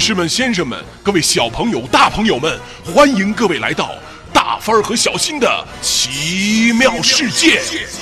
士们、先生们，各位小朋友、大朋友们，欢迎各位来到大帆和小新的奇妙世界。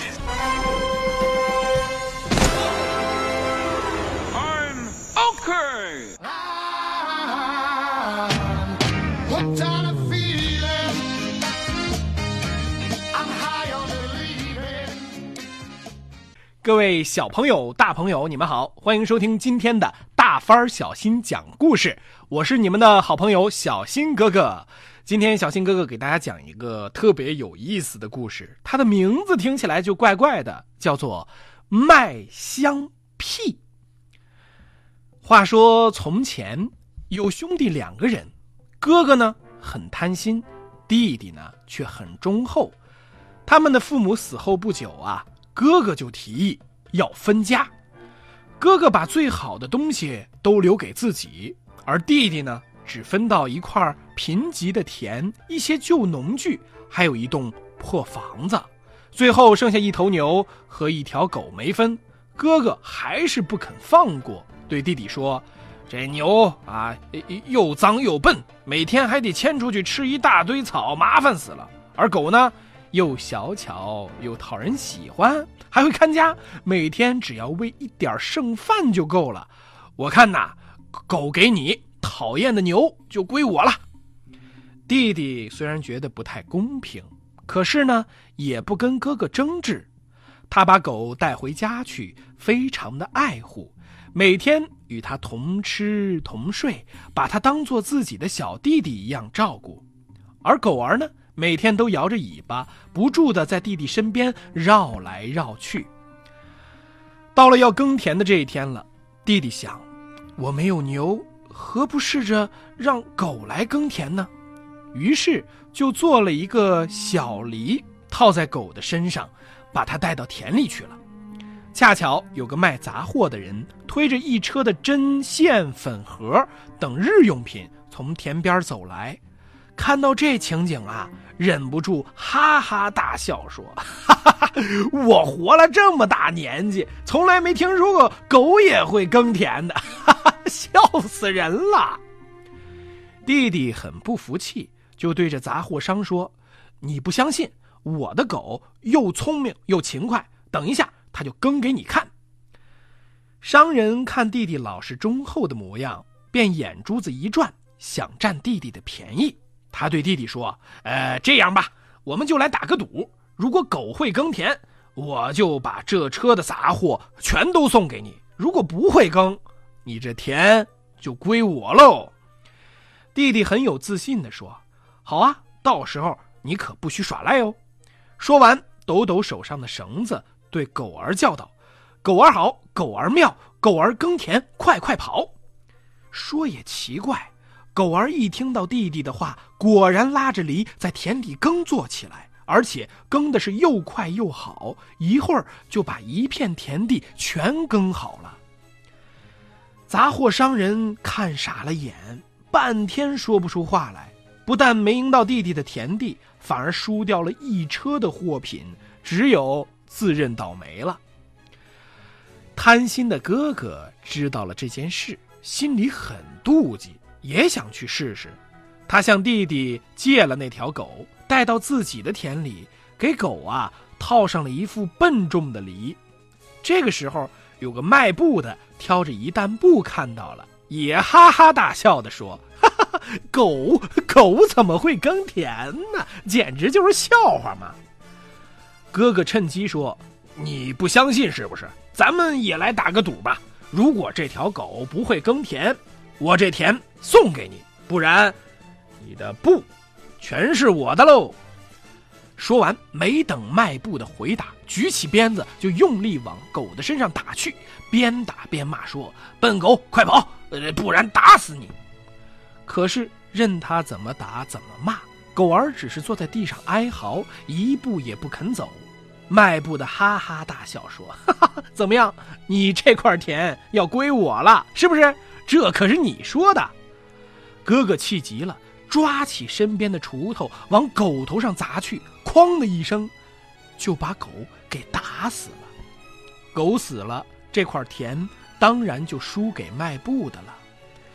各位小朋友、大朋友，你们好，欢迎收听今天的大帆小新讲故事，我是你们的好朋友小新哥哥。今天小新哥哥给大家讲一个特别有意思的故事，它的名字听起来就怪怪的，叫做麦香屁。话说从前有兄弟2个人，哥哥呢很贪心，弟弟呢却很忠厚。他们的父母死后不久啊，哥哥就提议要分家。哥哥把最好的东西都留给自己，而弟弟呢只分到一块贫瘠的田，一些旧农具，还有一栋破房子。最后剩下一头牛和一条狗没分。哥哥还是不肯放过，对弟弟说，这牛啊又脏又笨，每天还得牵出去吃一大堆草，麻烦死了。而狗呢又小巧又讨人喜欢，还会看家，每天只要喂一点剩饭就够了。我看呐，狗给你，讨厌的牛就归我了。弟弟虽然觉得不太公平，可是呢也不跟哥哥争执。他把狗带回家去，非常的爱护，每天与他同吃同睡，把他当作自己的小弟弟一样照顾。而狗儿呢每天都摇着尾巴，不住地在弟弟身边绕来绕去。到了要耕田的这一天了，弟弟想，我没有牛，何不试着让狗来耕田呢？于是就做了一个小犁，套在狗的身上，把它带到田里去了。恰巧有个卖杂货的人推着一车的针线、粉盒等日用品从田边走来，看到这情景啊，忍不住哈哈大笑，说，哈哈哈，我活了这么大年纪，从来没听说过狗也会耕田的，哈哈，笑死人了。弟弟很不服气，就对着杂货商说，你不相信，我的狗又聪明又勤快，等一下他就耕给你看。商人看弟弟老实忠厚的模样，便眼珠子一转，想占弟弟的便宜。他对弟弟说，这样吧，我们就来打个赌，如果狗会耕田，我就把这车的杂货全都送给你，如果不会耕，你这田就归我喽。弟弟很有自信地说，好啊，到时候你可不许耍赖哦。说完抖抖手上的绳子，对狗儿叫道，狗儿好，狗儿妙，狗儿耕田，快快跑。说也奇怪，狗儿一听到弟弟的话，果然拉着犁在田里耕作起来，而且耕的是又快又好，一会儿就把一片田地全耕好了。杂货商人看傻了眼，半天说不出话来，不但没赢到弟弟的田地，反而输掉了一车的货品，只有自认倒霉了。贪心的哥哥知道了这件事，心里很妒忌，也想去试试。他向弟弟借了那条狗，带到自己的田里，给狗啊套上了一副笨重的犁。这个时候有个卖布的挑着一担布看到了，也哈哈大笑地说，哈哈，狗怎么会耕田呢？简直就是笑话嘛。哥哥趁机说，你不相信是不是？咱们也来打个赌吧，如果这条狗不会耕田，我这田送给你，不然你的布全是我的喽。说完，没等卖布的回答，举起鞭子就用力往狗的身上打去，边打边骂说，笨狗快跑，不然打死你。可是任他怎么打怎么骂，狗儿只是坐在地上哀嚎，一步也不肯走。卖布的哈哈大笑说，哈哈，怎么样，你这块田要归我了是不是？这可是你说的。哥哥气急了，抓起身边的锄头往狗头上砸去，哐的一声就把狗给打死了。狗死了，这块田当然就输给卖布的了。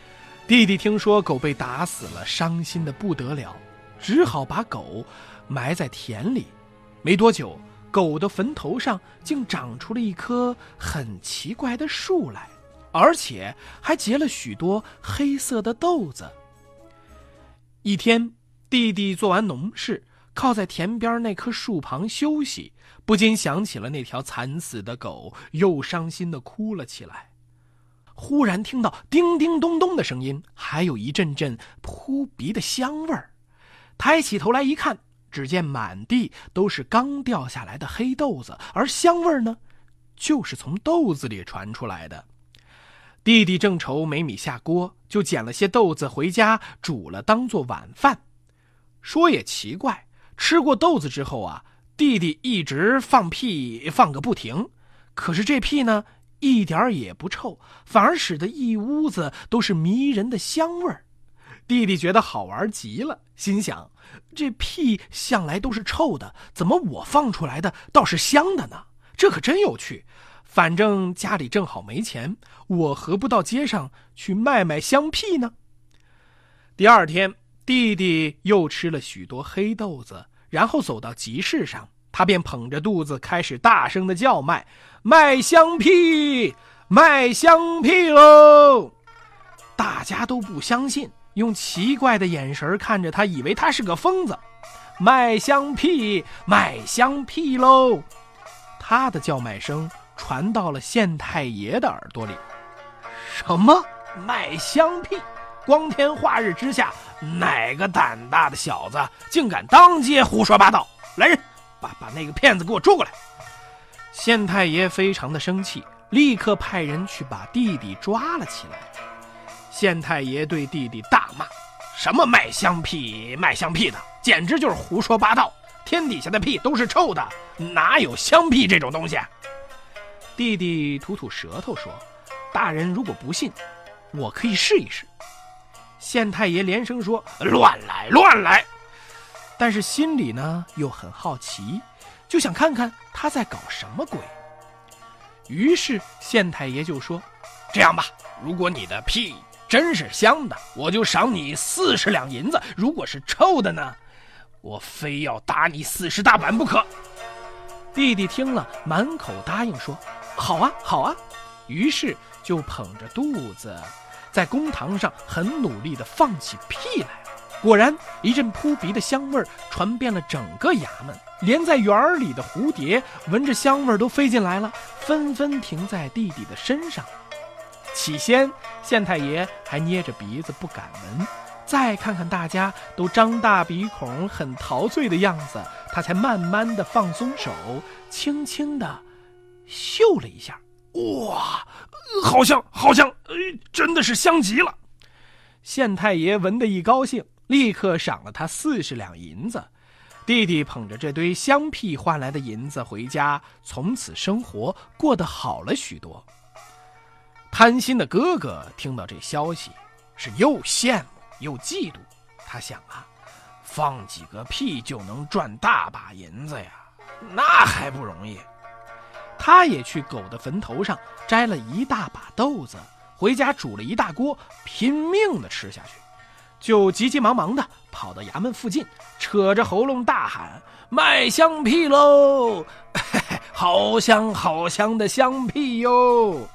弟弟听说狗被打死了，伤心的不得了，只好把狗埋在田里。没多久，狗的坟头上竟长出了一棵很奇怪的树来，而且还结了许多黑色的豆子。一天，弟弟做完农事，靠在田边那棵树旁休息，不禁想起了那条惨死的狗，又伤心地哭了起来。忽然听到叮叮咚咚的声音，还有一阵阵扑鼻的香味儿。抬起头来一看，只见满地都是刚掉下来的黑豆子，而香味儿呢，就是从豆子里传出来的。弟弟正愁没米下锅，就捡了些豆子回家煮了当做晚饭。说也奇怪，吃过豆子之后啊，弟弟一直放屁放个不停，可是这屁呢一点也不臭，反而使得一屋子都是迷人的香味儿。弟弟觉得好玩极了，心想，这屁向来都是臭的，怎么我放出来的倒是香的呢？这可真有趣。反正家里正好没钱，我何不到街上去卖卖香屁呢？第二天，弟弟又吃了许多黑豆子，然后走到集市上，他便捧着肚子开始大声的叫卖，卖香屁，卖香屁喽！大家都不相信，用奇怪的眼神看着他，以为他是个疯子。卖香屁，卖香屁喽！他的叫卖声传到了县太爷的耳朵里。什么卖香屁？光天化日之下，哪个胆大的小子竟敢当街胡说八道？来人，把那个骗子给我捉过来！县太爷非常的生气，立刻派人去把弟弟抓了起来。县太爷对弟弟大骂，什么卖香屁卖香屁的，简直就是胡说八道，天底下的屁都是臭的，哪有香屁这种东西？弟弟吐吐舌头说，大人如果不信，我可以试一试。县太爷连声说，乱来乱来，但是心里呢又很好奇，就想看看他在搞什么鬼。于是县太爷就说，这样吧，如果你的屁真是香的，我就赏你40两银子，如果是臭的呢，我非要打你40大板不可。弟弟听了满口答应说，好啊好啊，于是就捧着肚子在公堂上很努力地放起屁来。果然一阵扑鼻的香味传遍了整个衙门，连在园里的蝴蝶闻着香味都飞进来了，纷纷停在弟弟的身上。起先县太爷还捏着鼻子不敢闻，再看看大家都张大鼻孔很陶醉的样子，他才慢慢地放松手，轻轻地嗅了一下。哇，好香好香，真的是香极了。县太爷闻得一高兴，立刻赏了他40两银子。弟弟捧着这堆香屁换来的银子回家，从此生活过得好了许多。贪心的哥哥听到这消息，是又羡慕又嫉妒。他想啊，放几个屁就能赚大把银子呀，那还不容易。他也去狗的坟头上摘了一大把豆子，回家煮了一大锅，拼命地吃下去，就急急忙忙地跑到衙门附近，扯着喉咙大喊，卖香屁喽，好香好香的香屁哟！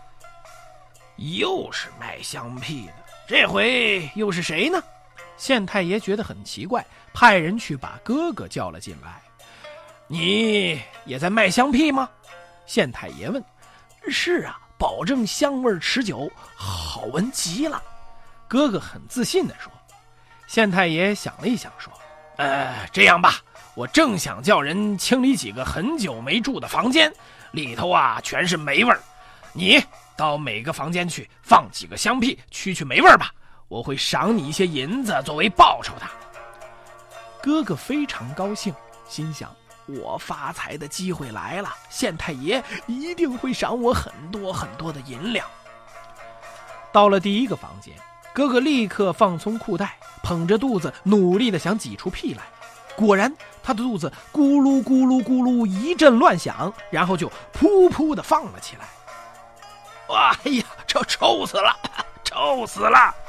又是卖香屁的，这回又是谁呢？县太爷觉得很奇怪，派人去把哥哥叫了进来。你也在卖香屁吗？县太爷问。是啊，保证香味持久，好闻极了。哥哥很自信地说。县太爷想了一想说，这样吧，我正想叫人清理几个很久没住的房间，里头啊全是霉味儿，你到每个房间去放几个香屁驱霉味儿吧，我会赏你一些银子作为报酬的。哥哥非常高兴，心想，我发财的机会来了，县太爷一定会赏我很多很多的银两。到了第一个房间，哥哥立刻放松裤带，捧着肚子努力地想挤出屁来。果然他的肚子咕噜咕噜咕噜一阵乱响，然后就噗噗地放了起来。哇，哎呀，臭死了，臭死了！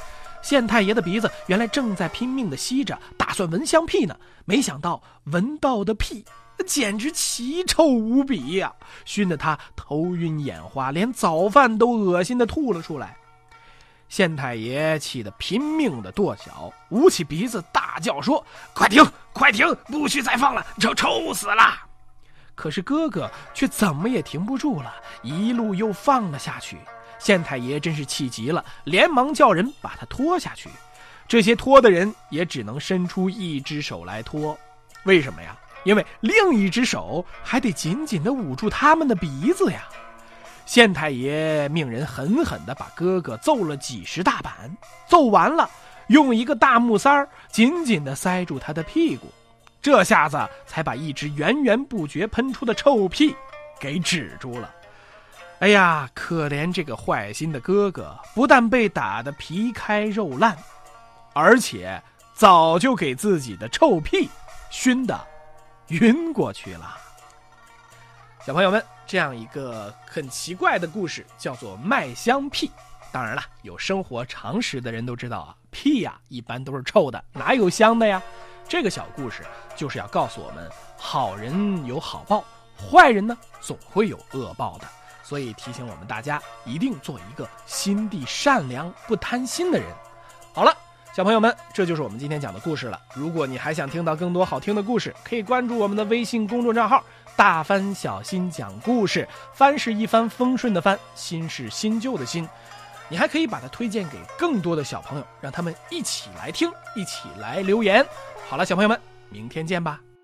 县太爷的鼻子原来正在拼命地吸着，打算闻香屁呢，没想到闻到的屁简直奇臭无比呀，熏得他头晕眼花，连早饭都恶心地吐了出来。县太爷气得拼命地跺脚，捂起鼻子大叫说：快停快停，不许再放了，臭死了！可是哥哥却怎么也停不住了，一路又放了下去。县太爷真是气急了，连忙叫人把他拖下去。这些拖的人也只能伸出一只手来拖，为什么呀？因为另一只手还得紧紧地捂住他们的鼻子呀。县太爷命人狠狠地把哥哥揍了几十大板，揍完了用一个大木塞儿紧紧地塞住他的屁股，这下子才把一只源源不绝喷出的臭屁给止住了。哎呀，可怜这个坏心的哥哥，不但被打得皮开肉烂，而且早就给自己的臭屁熏得晕过去了。小朋友们，这样一个很奇怪的故事叫做麦香屁。当然了，有生活常识的人都知道啊，屁呀一般都是臭的，哪有香的呀？这个小故事就是要告诉我们，好人有好报，坏人呢总会有恶报的。所以提醒我们大家一定做一个心地善良不贪心的人。好了，小朋友们，这就是我们今天讲的故事了。如果你还想听到更多好听的故事，可以关注我们的微信公众账号大帆小新讲故事。帆是一帆风顺的帆，新是新旧的新。你还可以把它推荐给更多的小朋友，让他们一起来听，一起来留言。好了，小朋友们，明天见吧。